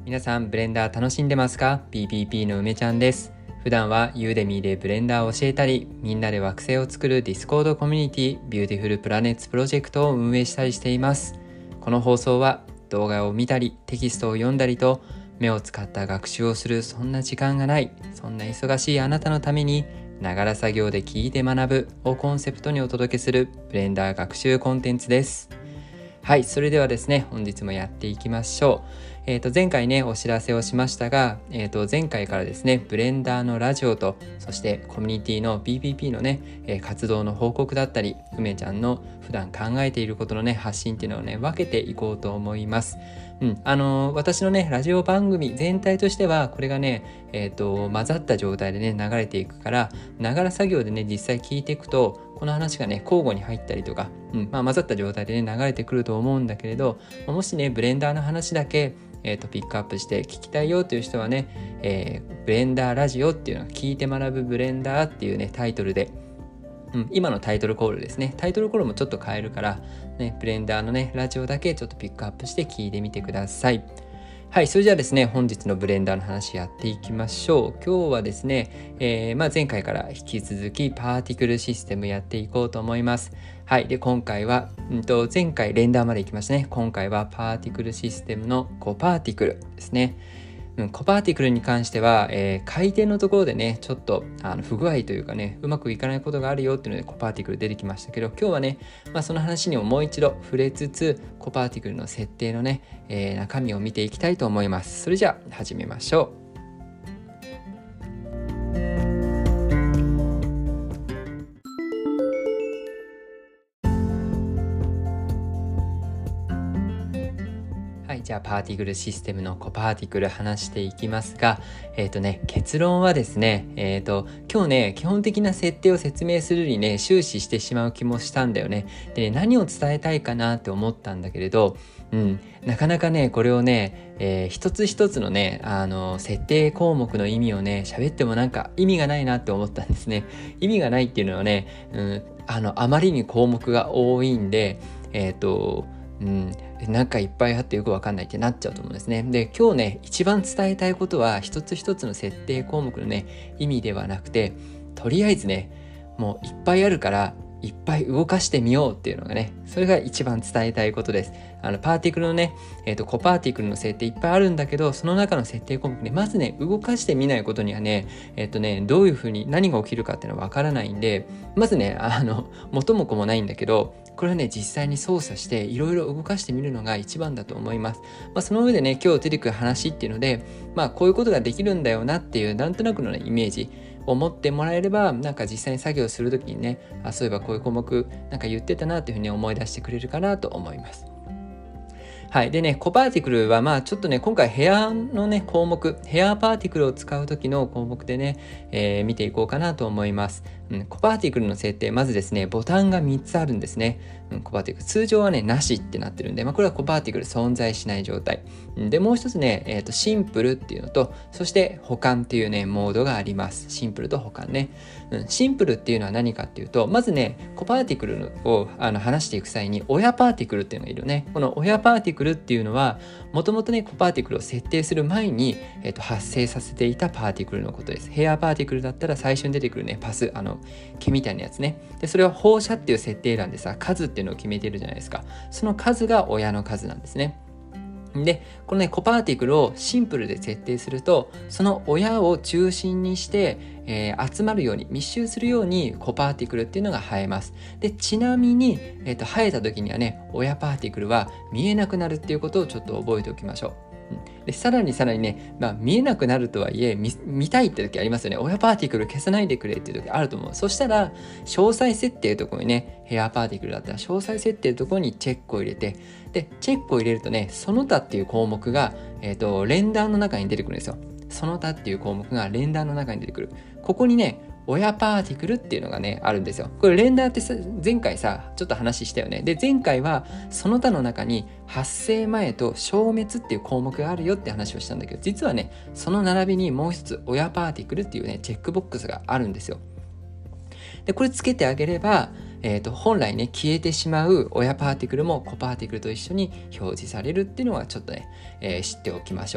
皆さんブレンダー楽しんでますか？ PPP の梅ちゃんです。普段はユーデミーでブレンダーを教えたり、みんなで惑星を作るディスコードコミュニティビューティフルプラネッツプロジェクトを運営したりしています。この放送は動画を見たりテキストを読んだりと目を使った学習をするそんな時間がない、そんな忙しいあなたのためにながら作業で聞いて学ぶをコンセプトにお届けするブレンダー学習コンテンツです。はい、それではですね、本日もやっていきましょう。前回ねお知らせをしましたが、前回からですねブレンダーのラジオと、そしてコミュニティの PPP のね、活動の報告だったり、梅ちゃんの普段考えていることのね発信っていうのをね分けていこうと思います。私のねラジオ番組全体としてはこれがね、混ざった状態でね流れていくから、ながら作業でね実際聞いていくとこの話がね交互に入ったりとか、混ざった状態でね流れてくると思うんだけれど、もしねブレンダーの話だけピックアップして聞きたいよという人はね、ブレンダーラジオっていうのは聞いて学ぶブレンダーっていうねタイトルで、今のタイトルコールですね。タイトルコールもちょっと変えるから、ね、ブレンダーのねラジオだけちょっとピックアップして聞いてみてください。はい、それじゃあですね、本日のブレンダーの話やっていきましょう。今日はですね、前回から引き続きパーティクルシステムやっていこうと思います。はい、で今回は、前回レンダーまで行きましたね。今回はパーティクルシステムのコパーティクルですね。コパーティクルに関しては、回転のところでねちょっと不具合というかねうまくいかないことがあるよっていうのでコパーティクル出てきましたけど、今日はね、その話にももう一度触れつつコパーティクルの設定のね、中身を見ていきたいと思います。それじゃあ始めましょう。はい、じゃあパーティクルシステムのコパーティクル話していきますが、結論はですね、今日ね基本的な設定を説明するにね終始してしまう気もしたんだよね。で、何を伝えたいかなって思ったんだけれど、なかなかねこれをね、一つ一つのね設定項目の意味をね喋ってもなんか意味がないなって思ったんですね。意味がないっていうのはね、あまりに項目が多いんで、なんかいっぱいあってよくわかんないってなっちゃうと思うんですね。で、今日ね一番伝えたいことは一つ一つの設定項目のね意味ではなくて、とりあえずねもういっぱいあるからいっぱい動かしてみようっていうのがね、それが一番伝えたいことです。パーティクルのね、コパーティクルの設定いっぱいあるんだけど、その中の設定項目ね、まずね動かしてみないことにはね、どういうふうに何が起きるかっていうのはわからないんで、まずね元も子もないんだけど、これはね実際に操作していろいろ動かしてみるのが一番だと思います。その上でね今日出てくる話っていうので、こういうことができるんだよなっていうなんとなくの、ね、イメージを持ってもらえれば、なんか実際に作業するときにね、そういえばこういう項目なんか言ってたなっていうふうに思い出してくれるかなと思います。はい。でね、コパーティクルはちょっとね、今回ヘアのね、項目、ヘアパーティクルを使う時の項目でね、見ていこうかなと思います。コパーティクルの設定、まずですね、ボタンが3つあるんですね。コパーティクル。通常はね、なしってなってるんで、これはコパーティクル存在しない状態。で、もう一つね、シンプルっていうのと、そして保管っていうね、モードがあります。シンプルと保管ね。シンプルっていうのは何かっていうと、まずね、コパーティクルを話していく際に、親パーティクルっていうのがいるね。この親パーティクルっていうのは、もともとね、コパーティクルを設定する前に、発生させていたパーティクルのことです。ヘアパーティクルだったら最初に出てくるね、パス、毛みたいなやつね。で、それは放射っていう設定欄でさ、数っていうのを決めてるじゃないですか。その数が親の数なんですね。で、このね、コパーティクルをシンプルで設定すると、その親を中心にして、集まるように、密集するようにコパーティクルっていうのが生えます。で、ちなみに、生えた時にはね、親パーティクルは見えなくなるっていうことをちょっと覚えておきましょう。で、さらにね、見えなくなるとはいえ 見たいって時ありますよね。親パーティクル消さないでくれっていう時あると思う。そしたら詳細設定のところにね、ヘアパーティクルだったら詳細設定のところにチェックを入れて、でチェックを入れるとね、その他っていう項目が、レンダーの中に出てくるんですよ。その他っていう項目がレンダーの中に出てくる。ここにね、親パーティクルっていうのがねあるんですよ。これレンダーって前回さちょっと話したよね。で、前回はその他の中に発生前と消滅っていう項目があるよって話をしたんだけど、実はねその並びにもう一つ親パーティクルっていうねチェックボックスがあるんですよ。で、これつけてあげれば、本来ね消えてしまう親パーティクルもコパーティクルと一緒に表示されるっていうのはちょっとね、知っておきましょう。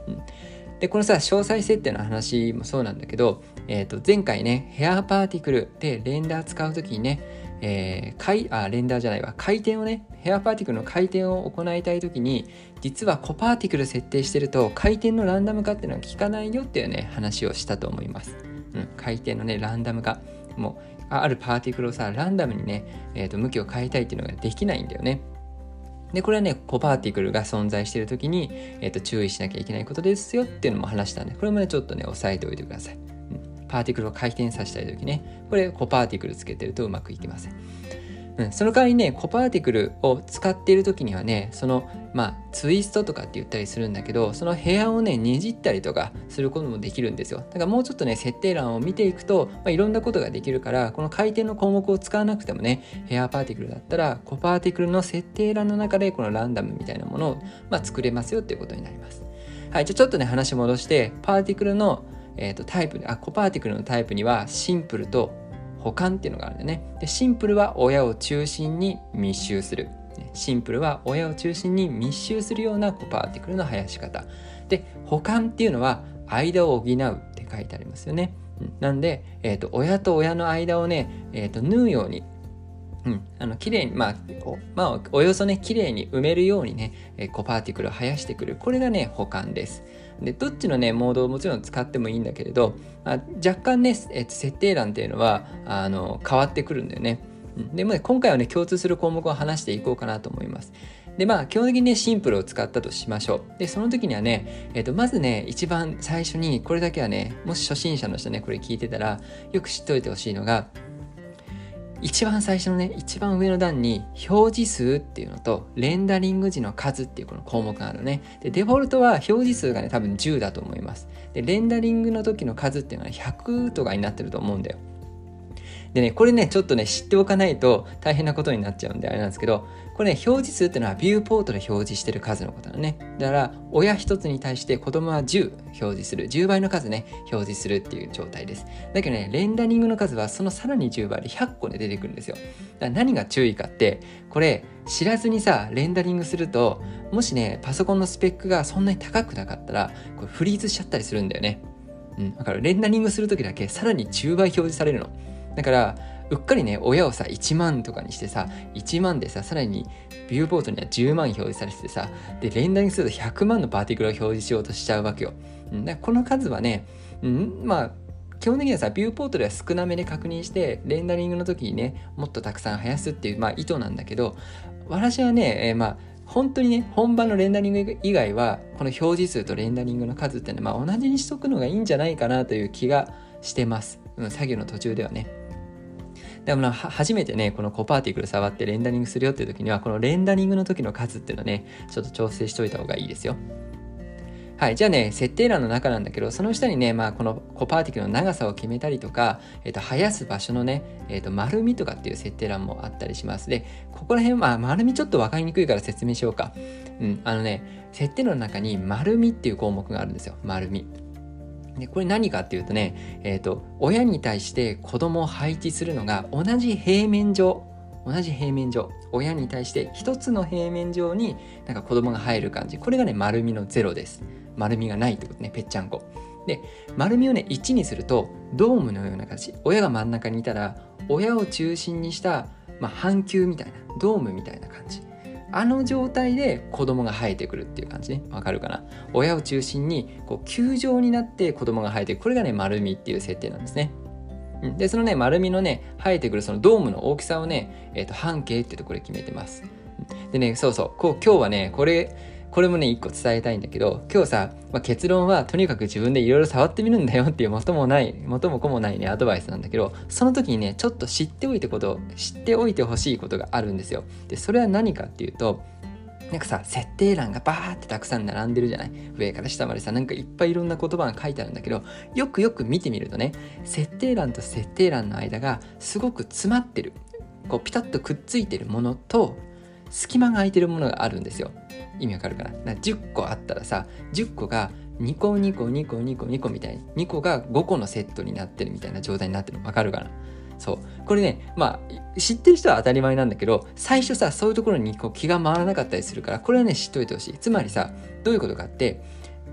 でこのさ詳細設定の話もそうなんだけど、前回ねヘアパーティクルでレンダー使うときにね、レンダーじゃないわ回転をねヘアパーティクルの回転を行いたいときに実はコパーティクル設定してると回転のランダム化っていうのは効かないよっていうね話をしたと思います。回転のねランダム化もうあるパーティクルをさランダムにね、向きを変えたいっていうのができないんだよね。でこれはねコパーティクルが存在しているときに、注意しなきゃいけないことですよっていうのも話したんで、これもねちょっとね押さえておいてください。パーティクルを回転させたいときね、これコパーティクルつけてるとうまくいきません。その代わりねコパーティクルを使っている時にはねそのツイストとかって言ったりするんだけど、そのヘアをねねじったりとかすることもできるんですよ。だからもうちょっとね設定欄を見ていくと、いろんなことができるから、この回転の項目を使わなくてもねヘアパーティクルだったらコパーティクルの設定欄の中でこのランダムみたいなものを、作れますよっていうことになります。はい、じゃあちょっとね話戻して、パーティクルの、タイプコパーティクルのタイプにはシンプルと補完っていうのがあるんだよね。でシンプルは親を中心に密集する。シンプルは親を中心に密集するようなコパーティクルの生やし方。で、補完っていうのは間を補うって書いてありますよね。なんで、親と親の間をね、縫うように、綺麗に、およそね、綺麗に埋めるようにね、コパーティクルを生やしてくる。これがね、補完です。でどっちのねモードをもちろん使ってもいいんだけれど、若干ね、設定欄っていうのは変わってくるんだよね。でもね今回はね共通する項目を話していこうかなと思います。で基本的にねシンプルを使ったとしましょう。でその時にはね、まずね一番最初にこれだけはね、もし初心者の人ねこれ聞いてたらよく知っておいてほしいのが、一番最初のね一番上の段に表示数っていうのとレンダリング時の数っていうこの項目があるね。でデフォルトは表示数がね多分10だと思います。でレンダリングの時の数っていうのは100とかになってると思うんだよ。でねこれねちょっとね知っておかないと大変なことになっちゃうんであれなんですけど、これね表示数っていうのはビューポートで表示してる数のことだね。だから親一つに対して子供は10表示する、10倍の数ね表示するっていう状態です。だけどねレンダリングの数はそのさらに10倍で100個で出てくるんですよ。だから何が注意かって、これ知らずにさレンダリングすると、もしねパソコンのスペックがそんなに高くなかったらこれフリーズしちゃったりするんだよね。だからレンダリングするときだけさらに10倍表示されるの。だからうっかりね親をさ1万とかにしてさ、1万でささらにビューポートには10万表示されててさ、でレンダリングすると100万のパーティクルを表示しようとしちゃうわけよ。だからこの数はね、基本的にはさビューポートでは少なめで確認してレンダリングの時にねもっとたくさん生やすっていう意図なんだけど、私はね、本当にね本番のレンダリング以外はこの表示数とレンダリングの数っていうのは同じにしとくのがいいんじゃないかなという気がしてます。作業の途中ではね。でも初めてねこのコパーティクル触ってレンダリングするよっていう時にはこのレンダリングの時の数っていうのはねちょっと調整しといた方がいいですよ。はい、じゃあね設定欄の中なんだけど、その下にねこのコパーティクルの長さを決めたりとか、生やす場所のね、丸みとかっていう設定欄もあったりします。でここら辺は丸みちょっと分かりにくいから説明しようか。設定欄の中に丸みっていう項目があるんですよ。丸みでこれ何かっていうとね、親に対して子供を配置するのが同じ平面上、親に対して一つの平面上になんか子供が入る感じ、これがね丸みの0です。丸みがないってことね、ぺっちゃんこで丸みをね1にするとドームのような形、親が真ん中にいたら親を中心にした、半球みたいなドームみたいな感じ、あの状態で子供が生えてくるっていう感じね。わかるかな。親を中心にこう球状になって子供が生えてくる、これがね丸みっていう設定なんですね。でそのね丸みのね生えてくるそのドームの大きさをね、半径ってところで決めてます。でね今日はねこれもね一個伝えたいんだけど、今日さ、結論はとにかく自分でいろいろ触ってみるんだよっていう元も子もないねアドバイスなんだけど、その時にねちょっと知っておいてほしいことがあるんですよ。でそれは何かっていうと、なんかさ設定欄がバーってたくさん並んでるじゃない。上から下までさなんかいっぱいいろんな言葉が書いてあるんだけど、よく見てみるとね設定欄と設定欄の間がすごく詰まってる、こうピタッとくっついてるものと隙間が空いてるものがあるんですよ。意味わかるかな。10個あったらさ10個が2個みたいに2個が5個のセットになってるみたいな状態になってるのわかるかな。そうこれね知ってる人は当たり前なんだけど、最初さそういうところにこう気が回らなかったりするから、これはね知っておいてほしい。つまりさどういうことかって、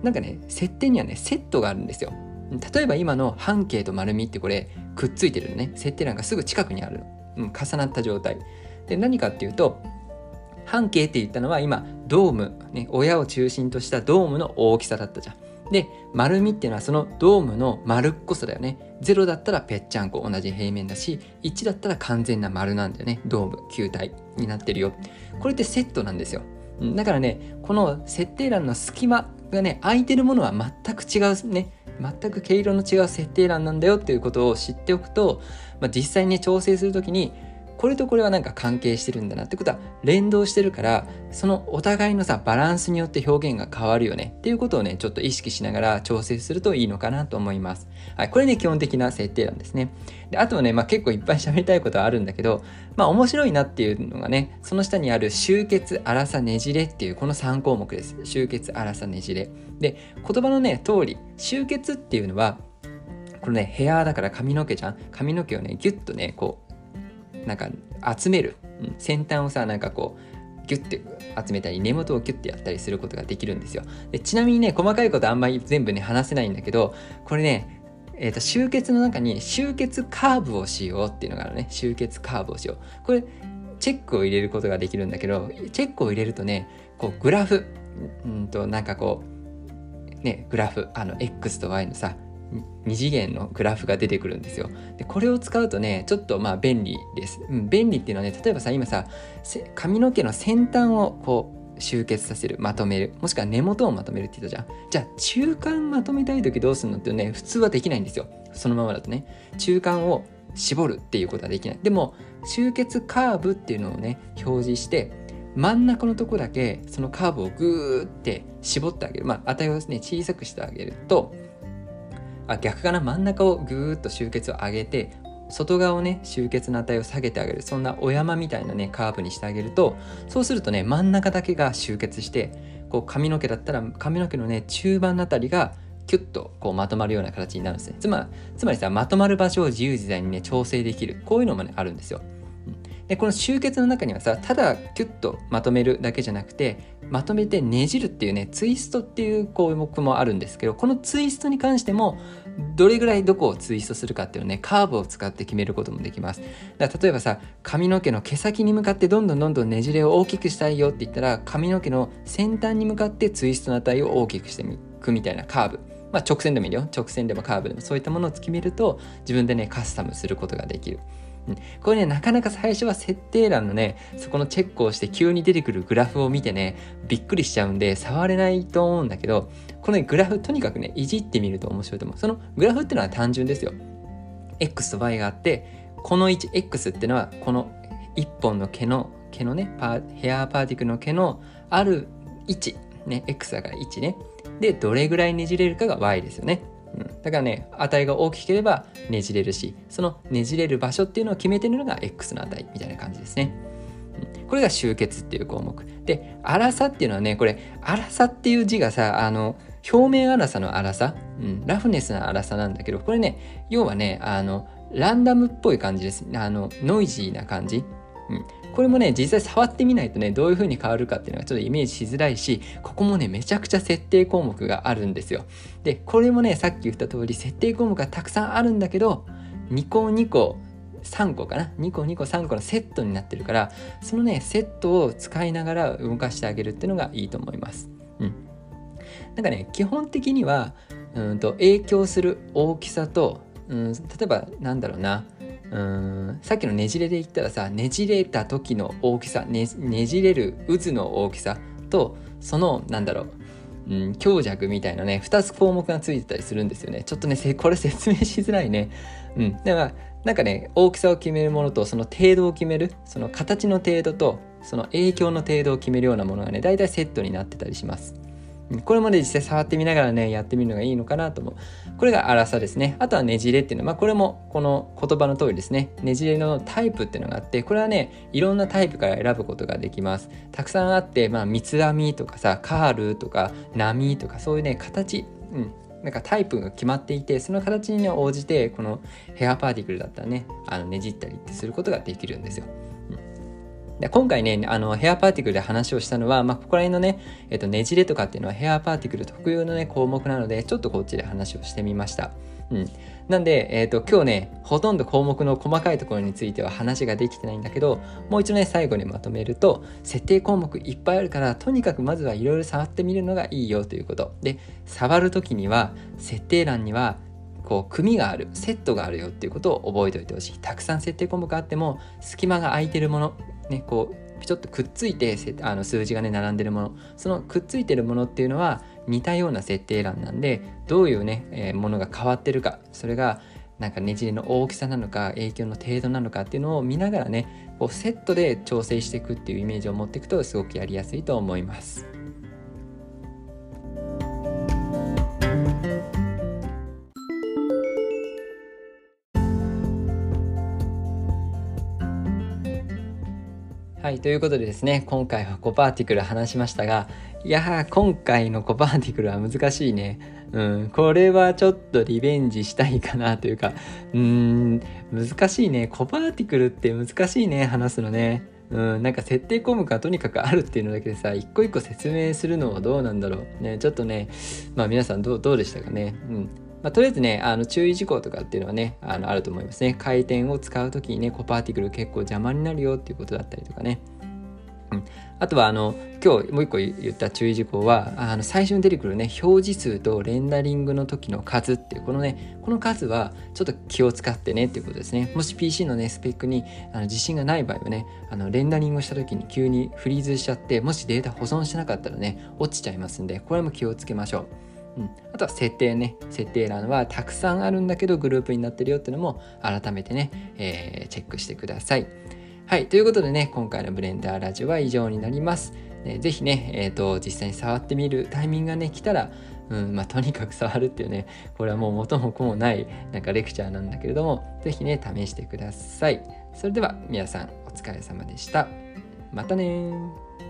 なんかね設定にはねセットがあるんですよ。例えば今の半径と丸みってこれくっついてるのね。設定欄がすぐ近くにあるの、重なった状態で、何かっていうと半径って言ったのは今ドーム、ね、親を中心としたドームの大きさだったじゃん。で丸みっていうのはそのドームの丸っこさだよね。0だったらぺっちゃんこ同じ平面だし、1だったら完全な丸なんだよね。ドーム球体になってるよ。これってセットなんですよ。だからねこの設定欄の隙間がね空いてるものは全く違うね、全く毛色の違う設定欄なんだよっていうことを知っておくと、実際に、ね、調整するときにこれとこれはなんか関係してるんだなってことは連動してるから、そのお互いのさバランスによって表現が変わるよねっていうことをねちょっと意識しながら調整するといいのかなと思います。はい、これね基本的な設定なんですね。であとはね、結構いっぱい喋りたいことはあるんだけど、面白いなっていうのがね、その下にある終結粗さねじれっていうこの3項目です。終結粗さねじれで、言葉のね通り終結っていうのはこれねヘアだから髪の毛じゃん。髪の毛をねギュッとねこうなんか集める、先端をさなんかこうギュッて集めたり根元をギュッてやったりすることができるんですよ。でちなみにね細かいことあんまり全部ね話せないんだけど、これね終結の中に終結カーブをしようっていうのがあるね。終結カーブをしよう。これチェックを入れることができるんだけど、チェックを入れるとねこうグラフなんかこうねグラフX と Y のさ2次元のグラフが出てくるんですよ。でこれを使うとねちょっと便利です、便利っていうのはね、例えばさ今さ髪の毛の先端をこう集結させる、まとめる、もしくは根元をまとめるって言ったじゃん。じゃあ中間まとめたい時どうするのってね普通はできないんですよ。そのままだとね中間を絞るっていうことはできない。でも集結カーブっていうのをね表示して真ん中のとこだけそのカーブをグーって絞ってあげる、値をね小さくしてあげると、逆かな、真ん中をぐーっと集結を上げて外側をね集結の値を下げてあげる、そんなお山みたいなねカーブにしてあげると、そうするとね真ん中だけが集結してこう髪の毛だったら髪の毛のね中盤のあたりがキュッとこうまとまるような形になるんですね。つまりさまとまる場所を自由自在にね調整できる、こういうのもねあるんですよ。でこの集結の中にはさただキュッとまとめるだけじゃなくてまとめてねじるっていうねツイストっていう項目もあるんですけど、このツイストに関してもどれぐらいどこをツイストするかっていうのねカーブを使って決めることもできます。だから例えばさ髪の毛の毛先に向かってどんどんねじれを大きくしたいよって言ったら髪の毛の先端に向かってツイストの値を大きくしていくみたいなカーブ、直線でもいいよ、直線でもカーブでもそういったものを決めると自分でねカスタムすることができる。これねなかなか最初は設定欄のねそこのチェックをして急に出てくるグラフを見てねびっくりしちゃうんで触れないと思うんだけど、この、グラフとにかくねいじってみると面白いと思う。そのグラフっていうのは単純ですよ。 X と Y があってこの位置 X っていうのはこの1本の毛のねヘアパーティクルの毛のある位置ね X だから位置ねでどれぐらいねじれるかが Y ですよね。だからね値が大きければねじれるし、そのねじれる場所っていうのを決めてるのが X の値みたいな感じですね。これが集結っていう項目で、粗さっていうのはねこれ粗さっていう字がさ表面粗さの粗さ、ラフネスな粗さなんだけど、これね要はねランダムっぽい感じです。ノイジーな感じ、これもね実際触ってみないとねどういう風に変わるかっていうのがちょっとイメージしづらいし、ここもねめちゃくちゃ設定項目があるんですよ。でこれもねさっき言った通り設定項目がたくさんあるんだけど2個3個かな2個3個のセットになってるから、そのねセットを使いながら動かしてあげるっていうのがいいと思います。なんかね基本的には影響する大きさと例えばなんだろうな、さっきのねじれで言ったらさねじれた時の大きさ ねじれる渦の大きさとそのなんだろう、強弱みたいなね2つ項目がついてたりするんですよね。ちょっとねこれ説明しづらいね。だからなんかね大きさを決めるものとその程度を決める、その形の程度とその影響の程度を決めるようなものがねだいたいセットになってたりします。これまで実際触ってみながらねやってみるのがいいのかなと思う。これが粗さですね。あとはねじれっていうのは、これもこの言葉の通りですね。ねじれのタイプっていうのがあって、これはねいろんなタイプから選ぶことができます。たくさんあって、三つ編みとかさカールとか波とかそういうね形、なんかタイプが決まっていて、その形に応じてこのヘアパーティクルだったらねねじったりってすることができるんですよ。 で今回ね、ヘアパーティクルで話をしたのは、ここら辺のね、ねじれとかっていうのはヘアパーティクル特有のね、項目なので、ちょっとこっちで話をしてみました。なんで、今日ね、ほとんど項目の細かいところについては話ができてないんだけど、もう一度ね、最後にまとめると、設定項目いっぱいあるから、とにかくまずはいろいろ触ってみるのがいいよということ。で、触るときには、設定欄には、組がある、セットがあるよっていうことを覚えておいてほしい。たくさん設定項目あっても、隙間が空いてるもの、ね、ちょっとくっついて数字がね並んでるもの、そのくっついてるものっていうのは似たような設定欄なんで、どういうね、ものが変わってるか、それがなんかねじれの大きさなのか影響の程度なのかっていうのを見ながらね、セットで調整していくっていうイメージを持っていくとすごくやりやすいと思います。はい、ということでですね、今回はコパーティクル話しましたが、いやー、今回のコパーティクルは難しいね。これはちょっとリベンジしたいかなというか、難しいね。コパーティクルって難しいね、話すのね。なんか設定項目がとにかくあるっていうのだけでさ、一個一個説明するのはどうなんだろう。ね、ちょっとね、皆さんどうでしたかね。とりあえずね、注意事項とかっていうのはね、あると思いますね。回転を使うときにね、コパーティクル結構邪魔になるよっていうことだったりとかね。あとは今日もう一個言った注意事項は、最初に出てくるね、表示数とレンダリングの時の数っていうこの数はちょっと気を使ってねっていうことですね。もし PC のねスペックに自信がない場合はね、レンダリングした時に急にフリーズしちゃって、もしデータ保存しなかったらね落ちちゃいますんで、これも気をつけましょう。あとは設定欄はたくさんあるんだけどグループになってるよっていうのも改めてね、チェックしてください。はい、ということでね、今回のブレンダーラジオは以上になります。ぜひね、実際に触ってみるタイミングがね来たら、とにかく触るっていうね、これはもう元も子もないなんかレクチャーなんだけれども、ぜひね試してください。それでは皆さんお疲れ様でした。またね。